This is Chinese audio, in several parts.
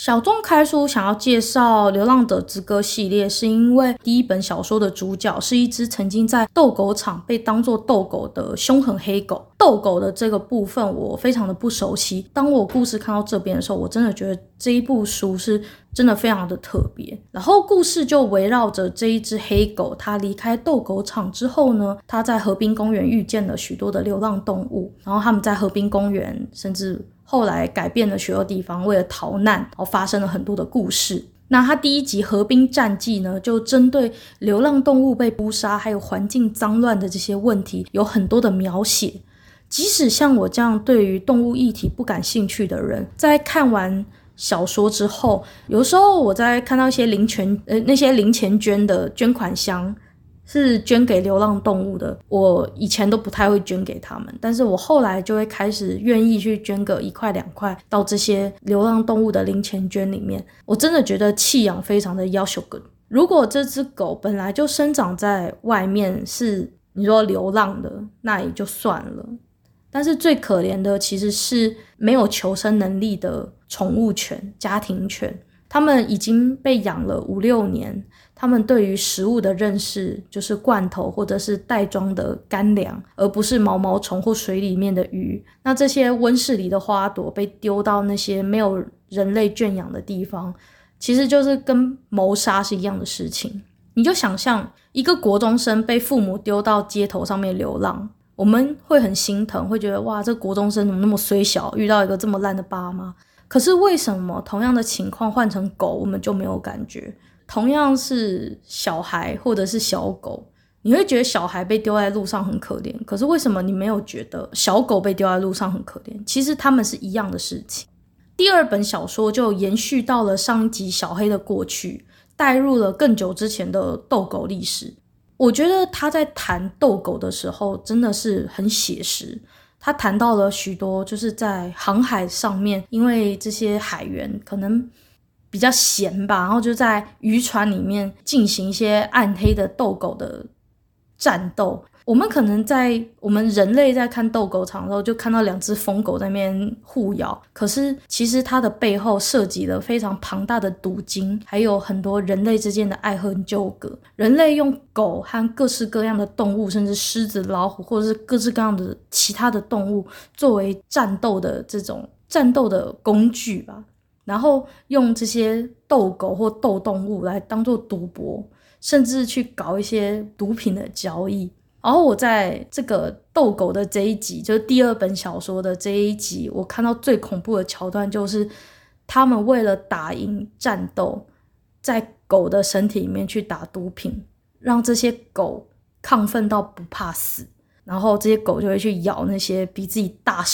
小众开书想要介绍《流浪者之歌》系列，是因为第一本小说的主角是一只曾经在斗狗场被当作斗狗的凶狠黑狗。斗狗的这个部分我非常的不熟悉，当我故事看到这边的时候，我真的觉得这一部书是真的非常的特别。然后故事就围绕着这一只黑狗，它离开斗狗场之后呢，它在河滨公园遇见了许多的流浪动物，然后他们在河滨公园甚至后来改变了许多地方，为了逃难然后发生了很多的故事。那他第一集河滨战记呢，就针对流浪动物被捕杀还有环境脏乱的这些问题有很多的描写。即使像我这样对于动物议题不感兴趣的人，在看完小说之后，有时候我在看到一些那些零钱捐的捐款箱是捐给流浪动物的，我以前都不太会捐给他们，但是我后来就会开始愿意去捐个1块2块到这些流浪动物的零钱捐里面。我真的觉得弃养非常的要求good。如果这只狗本来就生长在外面，是你说流浪的，那也就算了，但是最可怜的其实是没有求生能力的宠物犬、家庭犬，他们已经被养了5-6年，他们对于食物的认识就是罐头或者是袋装的干粮，而不是毛毛虫或水里面的鱼。那这些温室里的花朵被丢到那些没有人类圈养的地方，其实就是跟谋杀是一样的事情。你就想象一个国中生被父母丢到街头上面流浪，我们会很心疼，会觉得哇，这国中生怎么那么衰小，遇到一个这么烂的爸妈。可是为什么同样的情况换成狗我们就没有感觉？同样是小孩或者是小狗，你会觉得小孩被丢在路上很可怜，可是为什么你没有觉得小狗被丢在路上很可怜？其实他们是一样的事情。第二本小说就延续到了上一集小黑的过去，带入了更久之前的斗狗历史。我觉得他在谈斗狗的时候真的是很写实，他谈到了许多就是在航海上面，因为这些海员可能比较闲吧，然后就在渔船里面进行一些暗黑的斗狗的战斗。我们可能在我们人类在看斗狗场的时候就看到2只疯狗在那边互咬，可是其实它的背后涉及了非常庞大的赌金，还有很多人类之间的爱恨纠葛。人类用狗和各式各样的动物，甚至狮子、老虎或者是各式各样的其他的动物作为战斗的这种战斗的工具吧，然后用这些斗狗或斗动物来当作赌博，甚至去搞一些毒品的交易。然后我在这个斗狗的这一集，就是第2本小说的这一集，我看到最恐怖的桥段就是他们为了打赢战斗，在狗的身体里面去打毒品，让这些狗亢奋到不怕死，然后这些狗就会去咬那些比自己大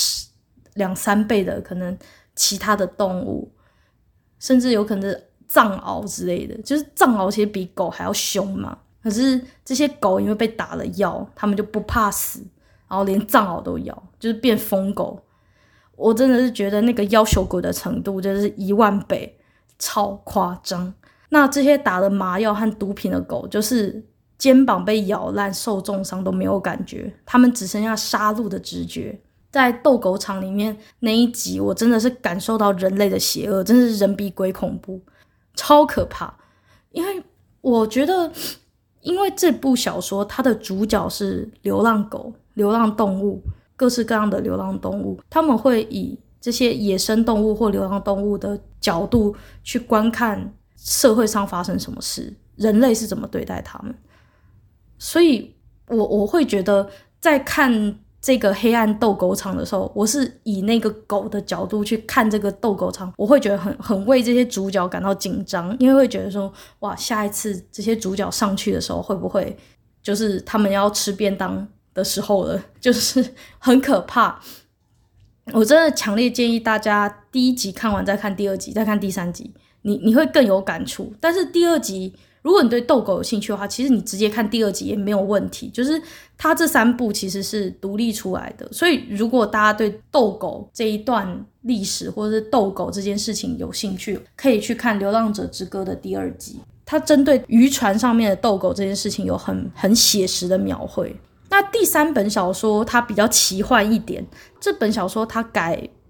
2-3倍的可能其他的动物，甚至有可能是藏獒之类的，就是藏獒其实比狗还要凶嘛，可是这些狗因为被打了药，他们就不怕死，然后连藏獒都咬，就是变疯狗。我真的是觉得那个要求狗的程度就是10000倍，超夸张。那这些打了麻药和毒品的狗，就是肩膀被咬烂受重伤都没有感觉，他们只剩下杀戮的直觉。在斗狗场里面那一集，我真的是感受到人类的邪恶，真是人比鬼恐怖，超可怕。因为我觉得因为这部小说它的主角是流浪狗、流浪动物，各式各样的流浪动物，他们会以这些野生动物或流浪动物的角度去观看社会上发生什么事，人类是怎么对待他们。所以我会觉得在看这个黑暗斗狗场的时候，我是以那个狗的角度去看这个斗狗场，我会觉得很为这些主角感到紧张，因为会觉得说哇，下一次这些主角上去的时候会不会就是他们要吃便当的时候了，就是很可怕。我真的强烈建议大家第1集看完再看第2集再看第3集，你会更有感触。但是第2集如果你对斗狗有兴趣的话，其实你直接看第2集也没有问题，就是它这3部其实是独立出来的。所以如果大家对斗狗这一段历史或者是斗狗这件事情有兴趣，可以去看《流浪者之歌》的第2集，它针对渔船上面的斗狗这件事情有很写实的描绘。那第3本小说它比较奇幻一点，这本小说它改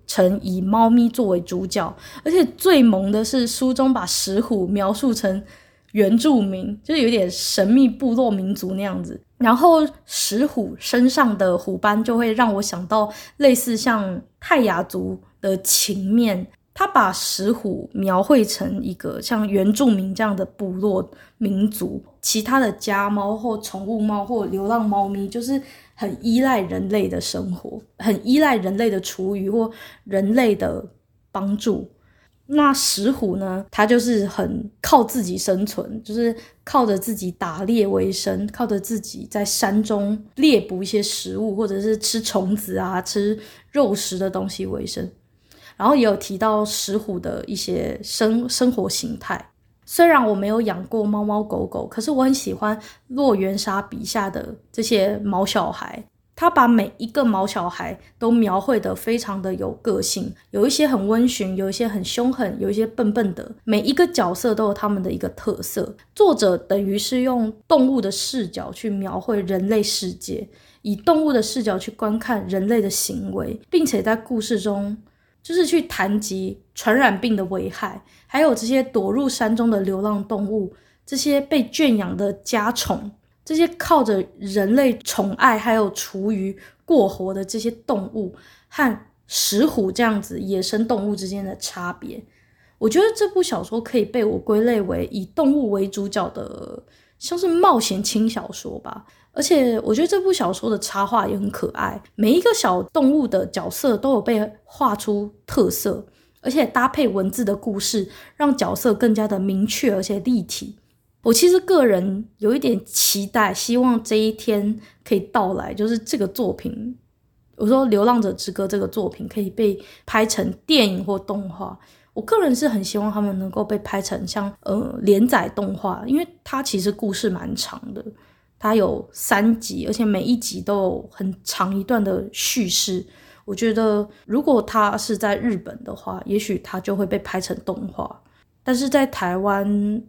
成以猫咪作为主角，而且最萌的是书中把石虎描述成原住民，就是有点神秘部落民族那样子。然后石虎身上的虎斑就会让我想到类似像泰雅族的情面，他把石虎描绘成一个像原住民这样的部落民族，其他的家猫或宠物猫或流浪猫咪就是很依赖人类的生活，很依赖人类的厨余或人类的帮助。那石虎呢，它就是很靠自己生存，就是靠着自己打猎为生，靠着自己在山中猎捕一些食物，或者是吃虫子啊，吃肉食的东西为生。然后也有提到石虎的一些生活形态。虽然我没有养过猫猫狗狗，可是我很喜欢洛元沙笔下的这些毛小孩，他把每一个毛小孩都描绘得非常的有个性，有一些很温驯，有一些很凶狠，有一些笨笨的，每一个角色都有他们的一个特色。作者等于是用动物的视角去描绘人类世界，以动物的视角去观看人类的行为，并且在故事中就是去谈及传染病的危害，还有这些躲入山中的流浪动物，这些被圈养的家宠，这些靠着人类宠爱还有厨余过活的这些动物，和石虎这样子野生动物之间的差别。我觉得这部小说可以被我归类为以动物为主角的像是冒险轻小说吧。而且我觉得这部小说的插画也很可爱，每一个小动物的角色都有被画出特色，而且搭配文字的故事，让角色更加的明确而且立体。我其实个人有一点期待，希望这一天可以到来，就是这个作品，我说《流浪者之歌》这个作品可以被拍成电影或动画。我个人是很希望他们能够被拍成像连载动画，因为它其实故事蛮长的，它有3集，而且每一集都有很长一段的叙事。我觉得如果它是在日本的话，也许它就会被拍成动画，但是在台湾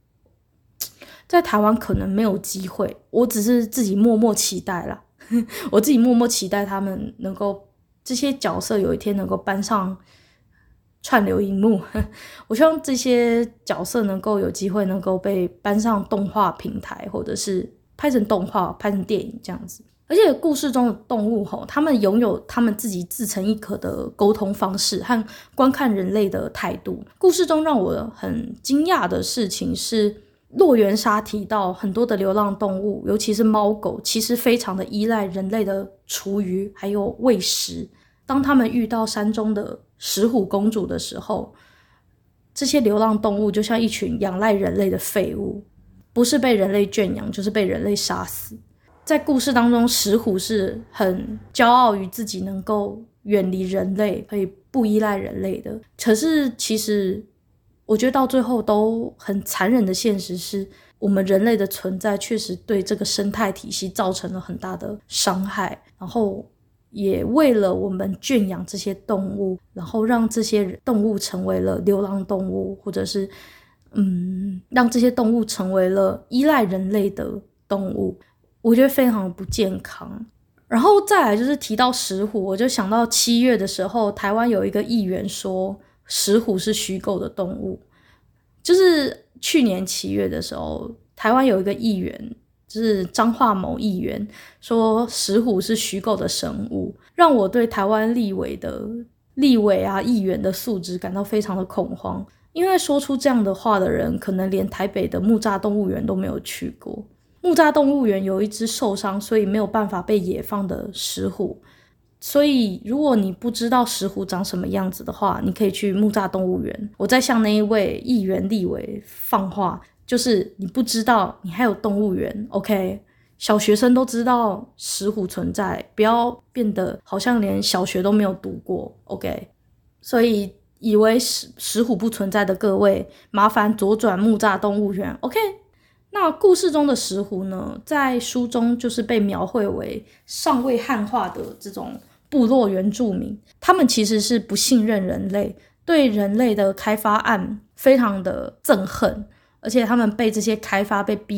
可能没有机会，我只是自己默默期待啦我自己默默期待他们能够这些角色有一天能够搬上串流荧幕我希望这些角色能够有机会能够被搬上动画平台，或者是拍成动画拍成电影这样子。而且故事中的动物他们拥有他们自己自成一格的沟通方式和观看人类的态度。故事中让我很惊讶的事情是，洛元沙提到很多的流浪动物，尤其是猫狗，其实非常的依赖人类的厨余还有喂食。当他们遇到山中的石虎公主的时候，这些流浪动物就像一群仰赖人类的废物，不是被人类圈养，就是被人类杀死。在故事当中，石虎是很骄傲于自己能够远离人类，可以不依赖人类的。可是其实我觉得到最后都很残忍的现实是，我们人类的存在确实对这个生态体系造成了很大的伤害，然后也为了我们圈养这些动物，然后让这些动物成为了流浪动物，或者是让这些动物成为了依赖人类的动物，我觉得非常不健康。然后再来就是提到石虎，我就想到7月的时候，台湾有一个议员说石虎是虚构的动物。就是去年7月的时候，台湾有一个议员，就是彰化某议员说石虎是虚构的生物，让我对台湾立委啊议员的素质感到非常的恐慌。因为说出这样的话的人，可能连台北的木栅动物园都没有去过。木栅动物园有一只受伤，所以没有办法被野放的石虎。所以如果你不知道石虎长什么样子的话，你可以去木栅动物园。我在向那一位议员立委放话，就是你不知道你还有动物园 OK， 小学生都知道石虎存在，不要变得好像连小学都没有读过 OK。 所以以为石虎不存在的各位，麻烦左转木栅动物园 OK。那故事中的石虎呢，在书中就是被描绘为尚未汉化的这种部落原住民，他们其实是不信任人类，对人类的开发案非常的憎恨，而且他们被这些开发被逼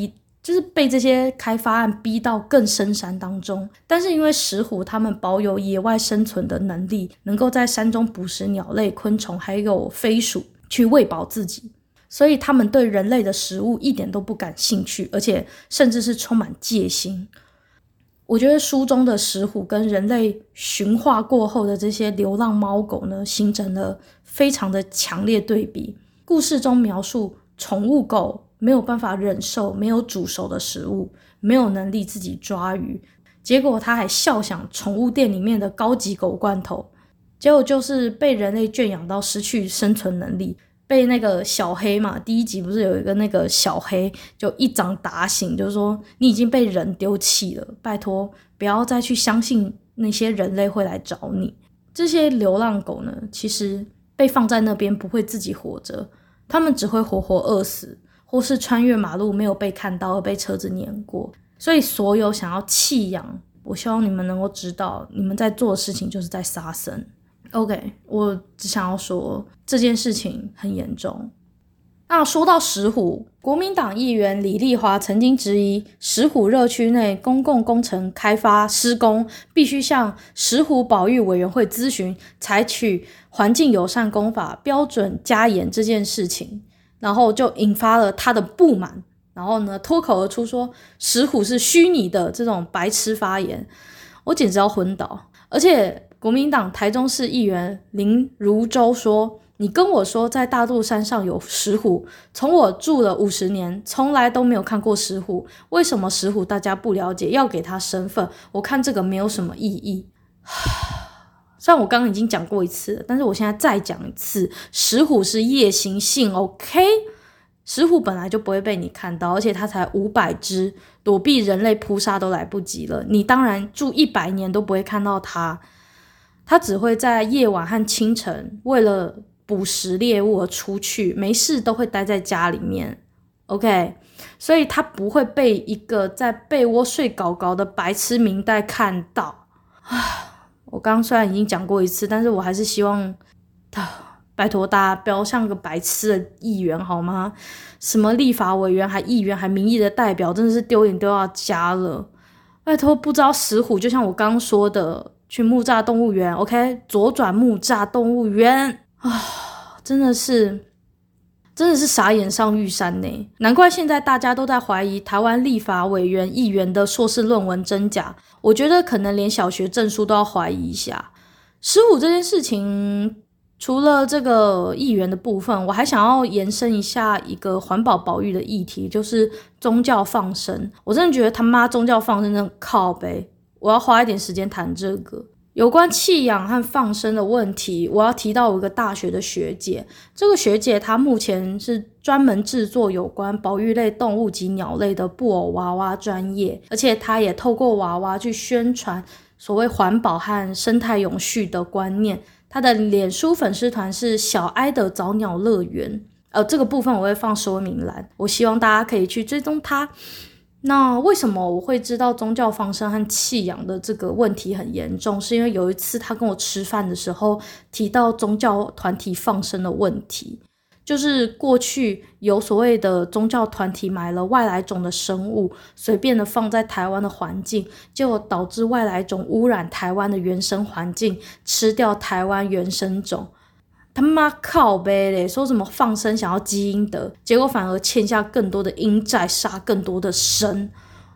就是被这些开发案逼到更深山当中。但是因为石虎他们保有野外生存的能力，能够在山中捕食鸟类、昆虫还有飞鼠去喂饱自己，所以他们对人类的食物一点都不感兴趣，而且甚至是充满戒心。我觉得书中的石虎跟人类驯化过后的这些流浪猫狗呢，形成了非常的强烈对比。故事中描述宠物狗没有办法忍受没有煮熟的食物，没有能力自己抓鱼，结果他还笑想宠物店里面的高级狗罐头，结果就是被人类圈养到失去生存能力，被那个小黑嘛，第一集不是有一个那个小黑就一掌打醒，就是说你已经被人丢弃了，拜托不要再去相信那些人类会来找你。这些流浪狗呢，其实被放在那边不会自己活着，他们只会活活饿死，或是穿越马路没有被看到而被车子碾过。所以所有想要弃养，我希望你们能够知道，你们在做的事情就是在杀生。OK， 我只想要说这件事情很严重。那说到石虎，国民党议员李丽华曾经质疑石虎热区内公共工程开发施工必须向石虎保育委员会咨询，采取环境友善工法标准加严这件事情，然后就引发了他的不满，然后呢脱口而出说石虎是虚拟的这种白痴发言，我简直要昏倒。而且国民党台中市议员林如洲说，你跟我说在大肚山上有石虎，从我住了50年从来都没有看过石虎，为什么石虎大家不了解，要给他身份，我看这个没有什么意义。虽然我刚刚已经讲过一次了，但是我现在再讲一次，石虎是夜行性 OK， 石虎本来就不会被你看到，而且它才500只，躲避人类扑杀都来不及了，你当然住100年都不会看到它，它只会在夜晚和清晨为了捕食猎物而出去，没事都会待在家里面 OK， 所以它不会被一个在被窝睡搞搞的白痴民代看到。我刚刚虽然已经讲过一次，但是我还是希望拜托大家不要像个白痴的议员好吗？什么立法委员还议员还民意的代表，真的是丢脸丢到家了。拜托，不知道石虎就像我刚刚说的去木栅动物园 OK， 左转木栅动物园真的是傻眼上玉山呢。难怪现在大家都在怀疑台湾立法委员议员的硕士论文真假，我觉得可能连小学证书都要怀疑一下。石虎这件事情除了这个议员的部分，我还想要延伸一下一个环保保育的议题，就是宗教放生。我真的觉得他妈宗教放生真的靠北，我要花一点时间谈这个。有关弃养和放生的问题，我要提到我一个大学的学姐。这个学姐她目前是专门制作有关保育类动物及鸟类的布偶娃娃专业，而且她也透过娃娃去宣传所谓环保和生态永续的观念。她的脸书粉丝团是小哀的早鸟乐园，这个部分我会放说明栏，我希望大家可以去追踪她。那为什么我会知道宗教放生和弃养的这个问题很严重，是因为有一次他跟我吃饭的时候提到宗教团体放生的问题，就是过去有所谓的宗教团体买了外来种的生物，随便的放在台湾的环境，结果导致外来种污染台湾的原生环境，吃掉台湾原生种。他妈靠北嘞，说什么放生想要积阴德，结果反而欠下更多的阴债，杀更多的生。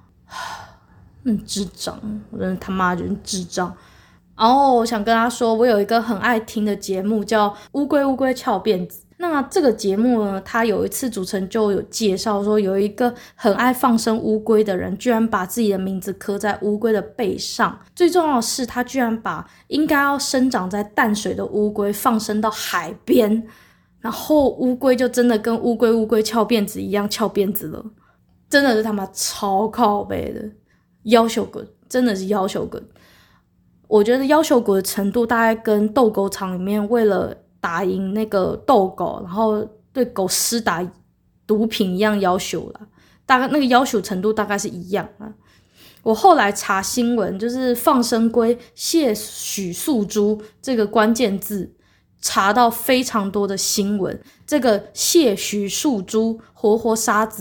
智障，我真的他妈就是智障。然后我想跟他说，我有一个很爱听的节目叫乌龟乌龟翘辫子。那这个节目呢，他有一次主持人就有介绍说，有一个很爱放生乌龟的人，居然把自己的名字刻在乌龟的背上。最重要的是，他居然把应该要生长在淡水的乌龟放生到海边，然后乌龟就真的跟乌龟乌龟翘辫子一样翘辫子了。真的是他妈超靠北的，要求滚，真的是要求滚。我觉得要求滚的程度大概跟斗狗场里面为了打赢那个斗狗，然后对狗施打毒品一样要求啦，大概那个要求程度大概是一样啦。我后来查新闻，就是放生龟谢许素珠这个关键字，查到非常多的新闻，这个谢许素珠活活杀死了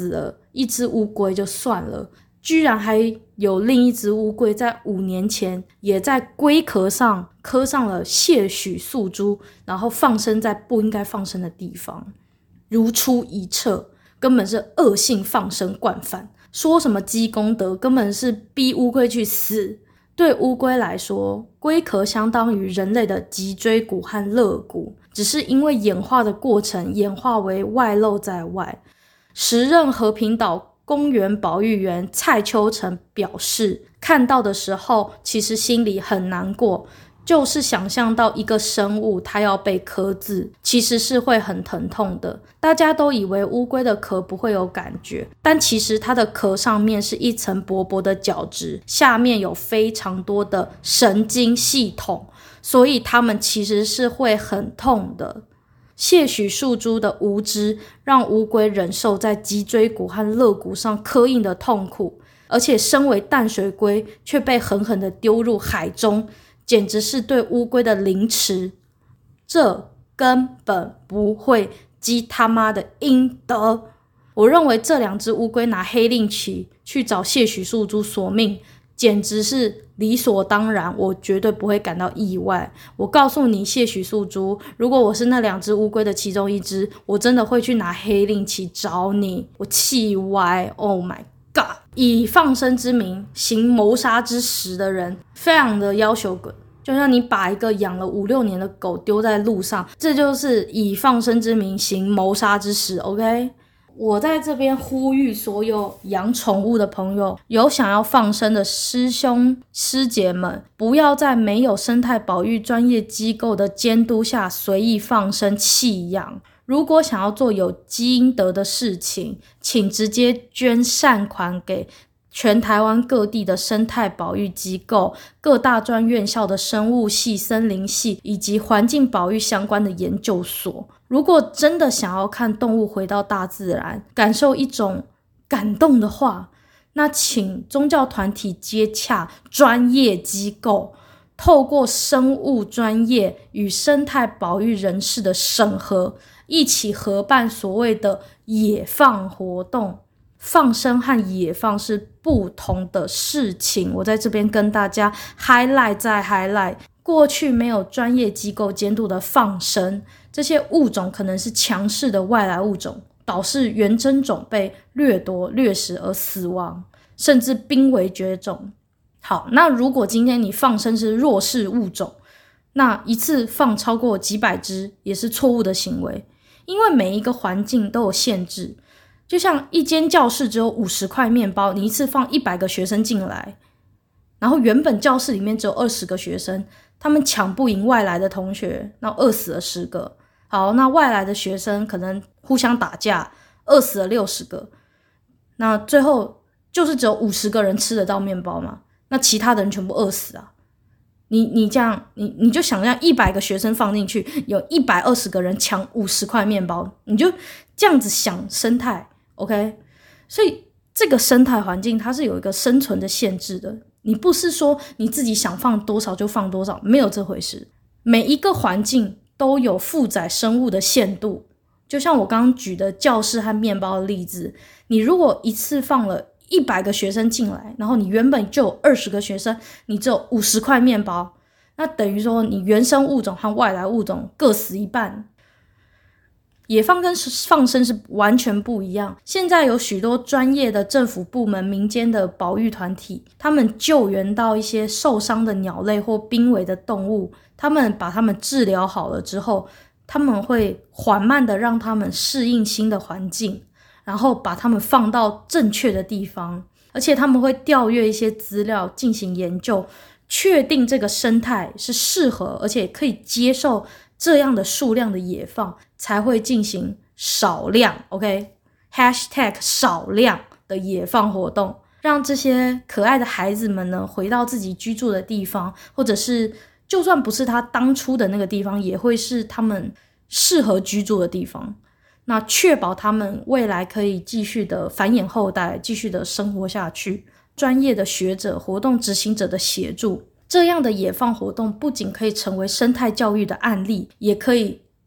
一只乌龟就算了，居然还有另一只乌龟在5年前也在龟壳上刻上了些许宿珠，然后放生在不应该放生的地方，如出一辙，根本是恶性放生惯犯。说什么积功德，根本是逼乌龟去死。对乌龟来说，龟壳相当于人类的脊椎骨和肋骨，只是因为演化的过程演化为外露在外。时任和平岛公园保育员蔡秋成表示，看到的时候其实心里很难过，就是想象到一个生物它要被刻字，其实是会很疼痛的。大家都以为乌龟的壳不会有感觉，但其实它的壳上面是一层薄薄的角质，下面有非常多的神经系统，所以它们其实是会很痛的。些许树珠的无知让乌龟忍受在脊椎骨和肋骨上刻印的痛苦，而且身为淡水龟却被狠狠地丢入海中，简直是对乌龟的凌迟。这根本不会积他妈的阴德。我认为这2只乌龟拿黑令旗去找些许树珠索命，简直是理所当然，我绝对不会感到意外。我告诉你，些许树珠，如果我是那2只乌龟的其中一只，我真的会去拿黑令旗找你。我气歪 ，Oh my god！ 以放生之名行谋杀之实的人，非常的要求滚。就像你把一个养了5-6年的狗丢在路上，这就是以放生之名行谋杀之实 ，OK？ 我在这边呼吁所有养宠物的朋友，有想要放生的师兄师姐们，不要在没有生态保育专业机构的监督下随意放生弃养。如果想要做有积阴德的事情，请直接捐善款给全台湾各地的生态保育机构、各大专院校的生物系、森林系以及环境保育相关的研究所。如果真的想要看动物回到大自然，感受一种感动的话，那请宗教团体接洽专业机构，透过生物专业与生态保育人士的审核，一起合办所谓的野放活动。放生和野放是不同的事情，我在这边跟大家 highlight 再 highlight。 过去没有专业机构监督的放生，这些物种可能是强势的外来物种，导致原真种被掠夺掠食而死亡，甚至濒危绝种。好，那如果今天你放生是弱势物种，那一次放超过几百只也是错误的行为，因为每一个环境都有限制。就像一间教室只有50块面包，你一次放100个学生进来，然后原本教室里面只有20个学生，他们抢不赢外来的同学，那饿死了10个。好，那外来的学生可能互相打架，饿死了60个，那最后就是只有50个人吃得到面包嘛，那其他的人全部饿死啊。你这样，你就想让100个学生放进去，有120个人抢50块面包，你就这样子想生态 OK？ 所以这个生态环境它是有一个生存的限制的，你不是说你自己想放多少就放多少，没有这回事。每一个环境都有负载生物的限度，就像我刚刚举的教室和面包的例子，你如果一次放了100个学生进来，然后你原本就有20个学生，你只有50块面包，那等于说你原生物种和外来物种各死一半。野放跟放生是完全不一样。现在有许多专业的政府部门、民间的保育团体，他们救援到一些受伤的鸟类或濒危的动物，他们把它们治疗好了之后，他们会缓慢的让他们适应新的环境，然后把它们放到正确的地方，而且他们会调阅一些资料进行研究，确定这个生态是适合而且可以接受这样的数量的野放，才会进行少量 OK hashtag 少量的野放活动，让这些可爱的孩子们呢回到自己居住的地方，或者是就算不是他当初的那个地方，也会是他们适合居住的地方，那确保他们未来可以继续的繁衍后代，继续的生活下去。专业的学者、活动执行者的协助，这样的野放活动不仅可以成为生态教育的案例，也可以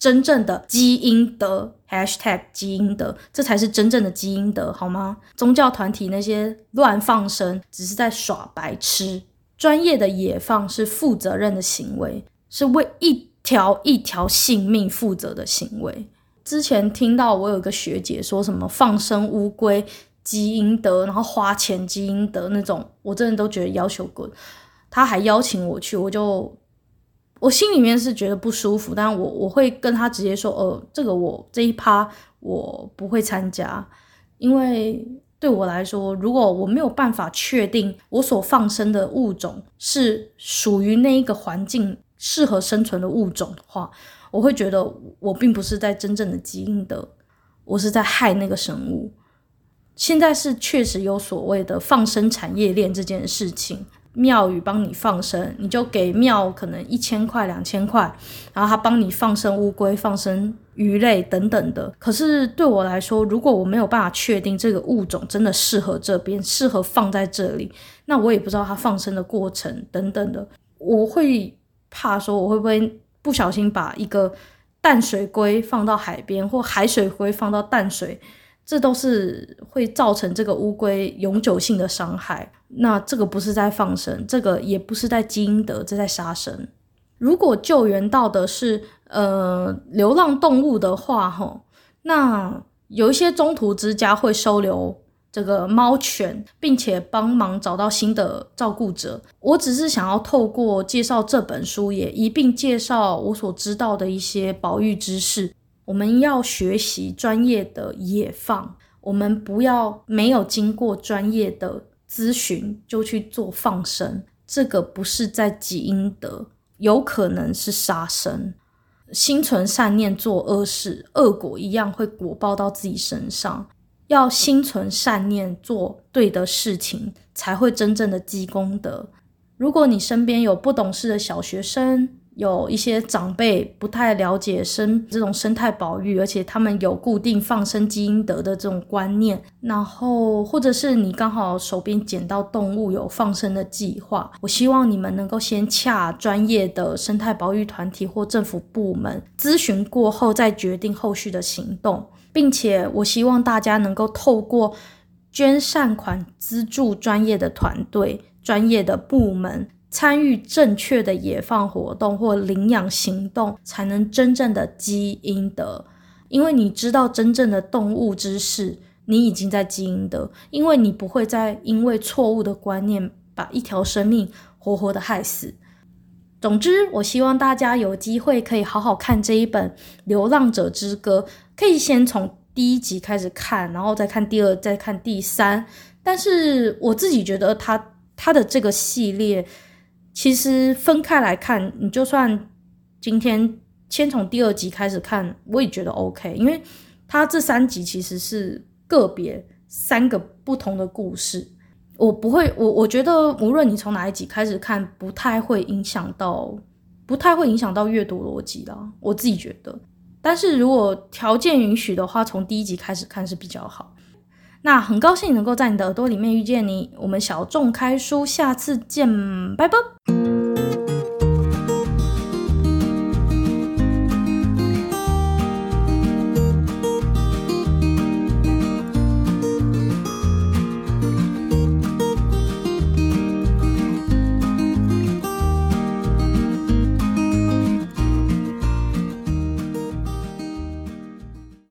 真正的积阴德 #积阴德，这才是真正的积阴德，好吗？宗教团体那些乱放生只是在耍白痴，专业的野放是负责任的行为，是为一条一条性命负责的行为。之前听到我有一个学姐说什么放生乌龟积阴德，然后花钱积阴德那种，我真的都觉得要求滚。她还邀请我去，我心里面是觉得不舒服，但我会跟她直接说这个这一趴我不会参加，因为对我来说，如果我没有办法确定我所放生的物种是属于那一个环境适合生存的物种的话，我会觉得我并不是在真正的积阴德，我是在害那个生物。现在是确实有所谓的放生产业链这件事情，庙宇帮你放生，你就给庙可能1000块2000块，然后他帮你放生乌龟放生鱼类等等的。可是对我来说，如果我没有办法确定这个物种真的适合这边，适合放在这里，那我也不知道它放生的过程等等的，我会怕说我会不会不小心把一个淡水龟放到海边，或海水龟放到淡水，这都是会造成这个乌龟永久性的伤害。那这个不是在放生，这个也不是在积阴德，这在杀生。如果救援到的是流浪动物的话，那有一些中途之家会收留这个猫犬，并且帮忙找到新的照顾者。我只是想要透过介绍这本书，也一并介绍我所知道的一些保育知识。我们要学习专业的野放，我们不要没有经过专业的咨询就去做放生，这个不是在积阴德，有可能是杀生。心存善念做恶事，恶果一样会果报到自己身上。要心存善念做对的事情，才会真正的积功德。如果你身边有不懂事的小学生，有一些长辈不太了解这种生态保育，而且他们有固定放生积阴德的这种观念，然后或者是你刚好手边捡到动物有放生的计划，我希望你们能够先洽专业的生态保育团体或政府部门咨询过后，再决定后续的行动。并且我希望大家能够透过捐善款资助专业的团队、专业的部门，参与正确的野放活动或领养行动，才能真正的积阴德。因为你知道真正的动物知识，你已经在积阴德，因为你不会再因为错误的观念把一条生命活活的害死。总之，我希望大家有机会可以好好看这一本《流浪者之歌》，可以先从第1集开始看，然后再看第2，再看第3。但是我自己觉得它的这个系列其实分开来看，你就算今天先从第2集开始看，我也觉得 OK， 因为它这3集其实是个别3个不同的故事。我觉得无论你从哪一集开始看，不太会影响到阅读逻辑啦，我自己觉得。但是如果条件允许的话，从第1集开始看是比较好。那很高兴能够在你的耳朵里面遇见你，我们小众开书，下次见，拜拜。